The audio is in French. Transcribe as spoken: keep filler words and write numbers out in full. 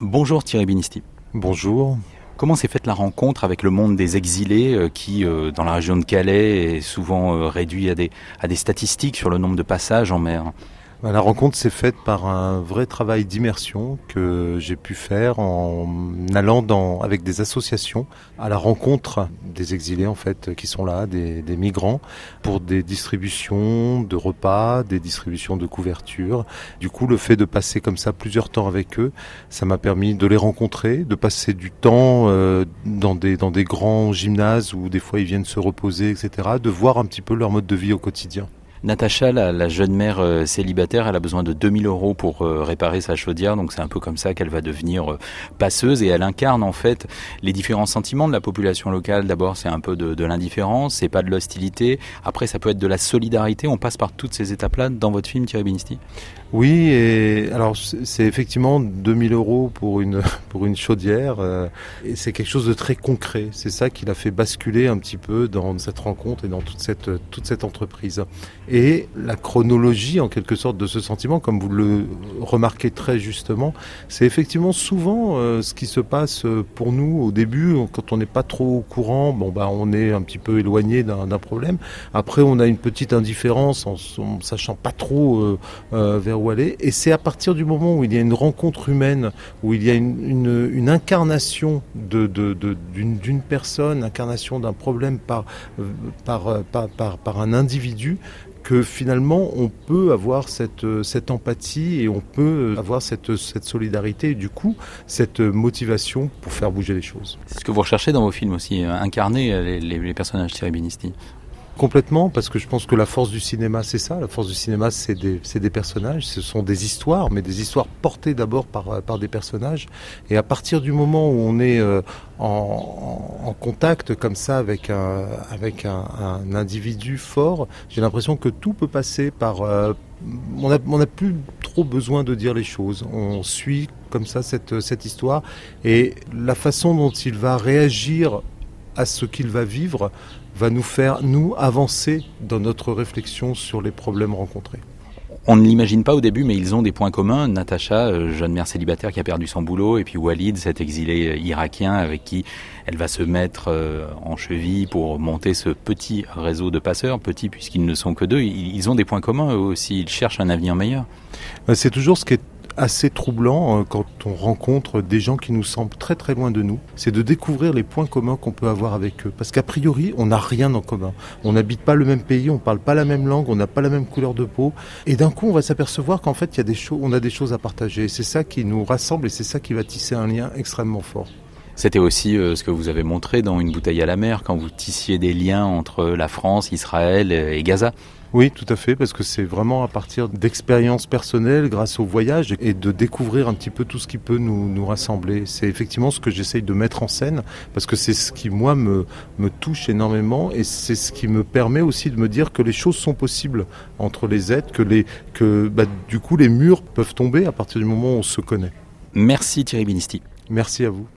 Bonjour Thierry Binisti. Bonjour. Comment s'est faite la rencontre avec le monde des exilés euh, qui, euh, dans la région de Calais, est souvent euh, réduit à des, à des statistiques sur le nombre de passages en mer ? La rencontre s'est faite par un vrai travail d'immersion que j'ai pu faire en allant dans, avec des associations à la rencontre des exilés en fait qui sont là, des, des migrants, pour des distributions de repas, des distributions de couvertures. Du coup, le fait de passer comme ça plusieurs temps avec eux, ça m'a permis de les rencontrer, de passer du temps euh, dans des dans des grands gymnases où des fois ils viennent se reposer, et cetera, de voir un petit peu leur mode de vie au quotidien. Natacha, la, la jeune mère euh, célibataire, elle a besoin de deux mille euros pour euh, réparer sa chaudière, donc c'est un peu comme ça qu'elle va devenir euh, passeuse, et elle incarne en fait les différents sentiments de la population locale. D'abord, c'est un peu de, de l'indifférence, c'est pas de l'hostilité. Après, ça peut être de la solidarité. On passe par toutes ces étapes-là dans votre film, Thierry Binisti. Oui, et alors c'est effectivement deux mille euros pour une pour une chaudière, euh, et c'est quelque chose de très concret. C'est ça qui l'a fait basculer un petit peu dans cette rencontre et dans toute cette toute cette entreprise. Et la chronologie, en quelque sorte, de ce sentiment, comme vous le remarquez très justement, c'est effectivement souvent euh, ce qui se passe pour nous au début, quand on n'est pas trop au courant. Bon, bah, on est un petit peu éloigné d'un, d'un problème. Après, on a une petite indifférence en, en sachant pas trop euh, euh, vers où aller. Et c'est à partir du moment où il y a une rencontre humaine, où il y a une, une, une incarnation de, de, de, d'une, d'une personne, incarnation d'un problème par, par, par, par, par un individu, que finalement on peut avoir cette, cette empathie et on peut avoir cette, cette solidarité et du coup cette motivation pour faire bouger les choses. C'est ce que vous recherchez dans vos films aussi, incarner les, les, les personnages, Thierry Binisti. Complètement, parce que je pense que la force du cinéma, c'est ça. La force du cinéma, c'est des, c'est des personnages, ce sont des histoires, mais des histoires portées d'abord par, par des personnages. Et à partir du moment où on est euh, en, en contact comme ça avec un, avec un, un individu fort, j'ai l'impression que tout peut passer par... Euh, on n'a on a plus trop besoin de dire les choses. On suit comme ça cette, cette histoire. Et la façon dont il va réagir à ce qu'il va vivre va nous faire, nous, avancer dans notre réflexion sur les problèmes rencontrés. On ne l'imagine pas au début, mais ils ont des points communs. Natacha, jeune mère célibataire qui a perdu son boulot, et puis Walid, cet exilé irakien avec qui elle va se mettre en cheville pour monter ce petit réseau de passeurs, petit puisqu'ils ne sont que deux. Ils ont des points communs eux aussi, ils cherchent un avenir meilleur. C'est toujours ce qui est assez troublant quand on rencontre des gens qui nous semblent très très loin de nous, c'est de découvrir les points communs qu'on peut avoir avec eux. Parce qu'a priori, on n'a rien en commun. On n'habite pas le même pays, on parle pas la même langue, on n'a pas la même couleur de peau. Et d'un coup, on va s'apercevoir qu'en fait, il y a des choses, on a des choses à partager. Et c'est ça qui nous rassemble et c'est ça qui va tisser un lien extrêmement fort. C'était aussi euh, ce que vous avez montré dans Une bouteille à la mer, quand vous tissiez des liens entre la France, Israël et Gaza. Oui, tout à fait, parce que c'est vraiment à partir d'expériences personnelles, grâce au voyage, et de découvrir un petit peu tout ce qui peut nous, nous rassembler. C'est effectivement ce que j'essaye de mettre en scène, parce que c'est ce qui, moi, me, me touche énormément, et c'est ce qui me permet aussi de me dire que les choses sont possibles entre les êtres, que, les, que bah, du coup les murs peuvent tomber à partir du moment où on se connaît. Merci Thierry Binisti. Merci à vous.